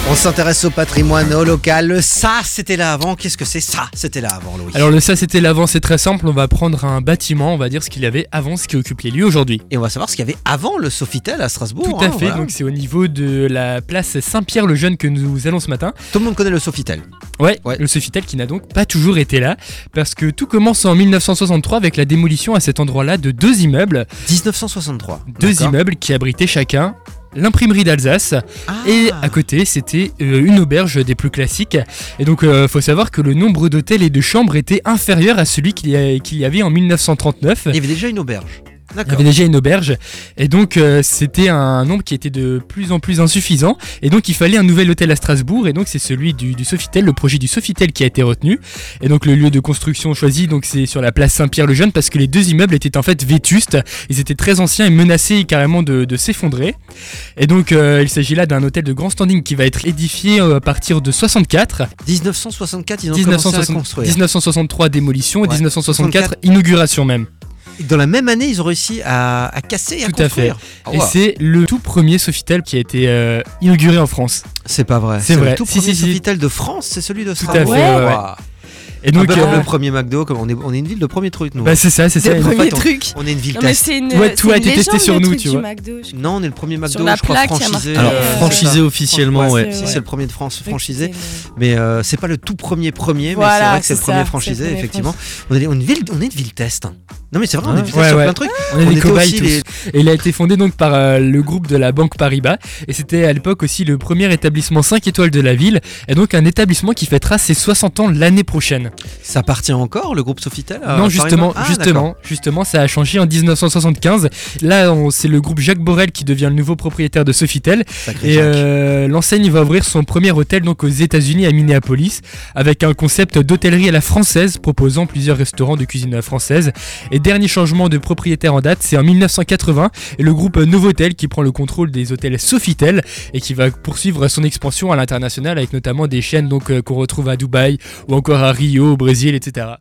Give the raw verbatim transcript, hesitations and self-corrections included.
On s'intéresse au patrimoine, au local. Ça, c'était là avant. Qu'est-ce que c'est ça? C'était là avant, Louis. Alors le ça c'était l'avant, c'est très simple, on va prendre un bâtiment, on va dire ce qu'il y avait avant, ce qui occupe les lieux aujourd'hui. Et on va savoir ce qu'il y avait avant le Sofitel à Strasbourg. Tout à hein, fait, voilà. donc c'est au niveau de la place Saint-Pierre-le-Jeune que nous allons ce matin. Tout le monde connaît le Sofitel. Ouais, Ouais. le Sofitel qui n'a donc pas toujours été là, parce que tout commence en dix-neuf cent soixante-trois avec la démolition à cet endroit-là de deux immeubles, dix-neuf cent soixante-trois. deux D'accord. immeubles qui abritaient chacun l'imprimerie d'Alsace. Ah. Et à côté, c'était euh, une auberge des plus classiques. Et donc, il euh, faut savoir que le nombre d'hôtels et de chambres était inférieur à celui qu'il y, a- qu'il y avait en dix-neuf cent trente-neuf. Il y avait déjà une auberge. Il y D'accord. avait déjà une auberge. Et donc, euh, c'était un nombre qui était de plus en plus insuffisant. Et donc, il fallait un nouvel hôtel à Strasbourg. Et donc, c'est celui du, du Sofitel, le projet du Sofitel qui a été retenu. Et donc, le lieu de construction choisi, donc, c'est sur la place Saint-Pierre-le-Jeune parce que les deux immeubles étaient en fait vétustes. Ils étaient très anciens et menacés carrément de, de s'effondrer. Et donc, euh, il s'agit là d'un hôtel de grand standing qui va être édifié euh, à partir de soixante-quatre. dix-neuf cent soixante-quatre, ils ont dix-neuf commencé cent à soixante construire. dix-neuf cent soixante-trois démolition et Ouais. dix-neuf cent soixante-quatre inauguration même. Et dans la même année, ils ont réussi à, à casser et à Tout à construire. Ah Et ouais. c'est le tout premier Sofitel qui a été euh, inauguré en France. C'est pas vrai. C'est vrai. Le tout Si, premier si, si. Sofitel de France, c'est celui de Tout Strasbourg. à fait, ouais, ouais. Waouh. Et Donc, donc, comme euh, le premier McDo, comme on est, on est une ville de premier truc, nous. bah c'est ça, c'est ça. Le Et en premier fait, on- truc. On est une ville Non, mais test. c'est une, Ouais, tout c'est a une été testé légende, sur le nous, truc tu du vois. McDo, je Non, on est le premier McDo, Sur la je crois, plaque, il y a franchisé. marqué, Alors, euh, franchisé ça. officiellement, Ouais, ouais. Si, ouais. c'est le premier de France crois que franchisé. c'était le- Mais euh, c'est pas le tout premier premier, mais Voilà, c'est vrai que c'est c'est le premier ça, franchisé, c'est le premier effectivement. On est, on, est une ville, on est une ville test. hein. Non mais c'est vrai, on est une ville Ouais, test sur ouais. plein de trucs. On est On des était cobayes aussi tous. les- Et il a été fondé donc par euh, le groupe de la Banque Paribas. Et c'était à l'époque aussi le premier établissement cinq étoiles de la ville. Et donc un établissement qui fêtera ses soixante ans l'année prochaine. Ça appartient encore, le groupe Sofitel à non, Paris justement, Ah, justement, justement, ça a changé en dix-neuf cent soixante-quinze. Là, on- c'est le groupe Jacques Borel qui devient le nouveau propriétaire de Sofitel. d'accord. Sacré Et Jacques. euh, l'enseigne va ouvrir son premier hôtel donc aux États-Unis à Minneapolis avec un concept d'hôtellerie à la française proposant plusieurs restaurants de cuisine française. Et dernier changement de propriétaire en date, c'est en dix-neuf cent quatre-vingts et le groupe Novotel qui prend le contrôle des hôtels Sofitel et qui va poursuivre son expansion à l'international avec notamment des chaînes donc euh, qu'on retrouve à Dubaï ou encore à Rio, au Brésil, et cetera.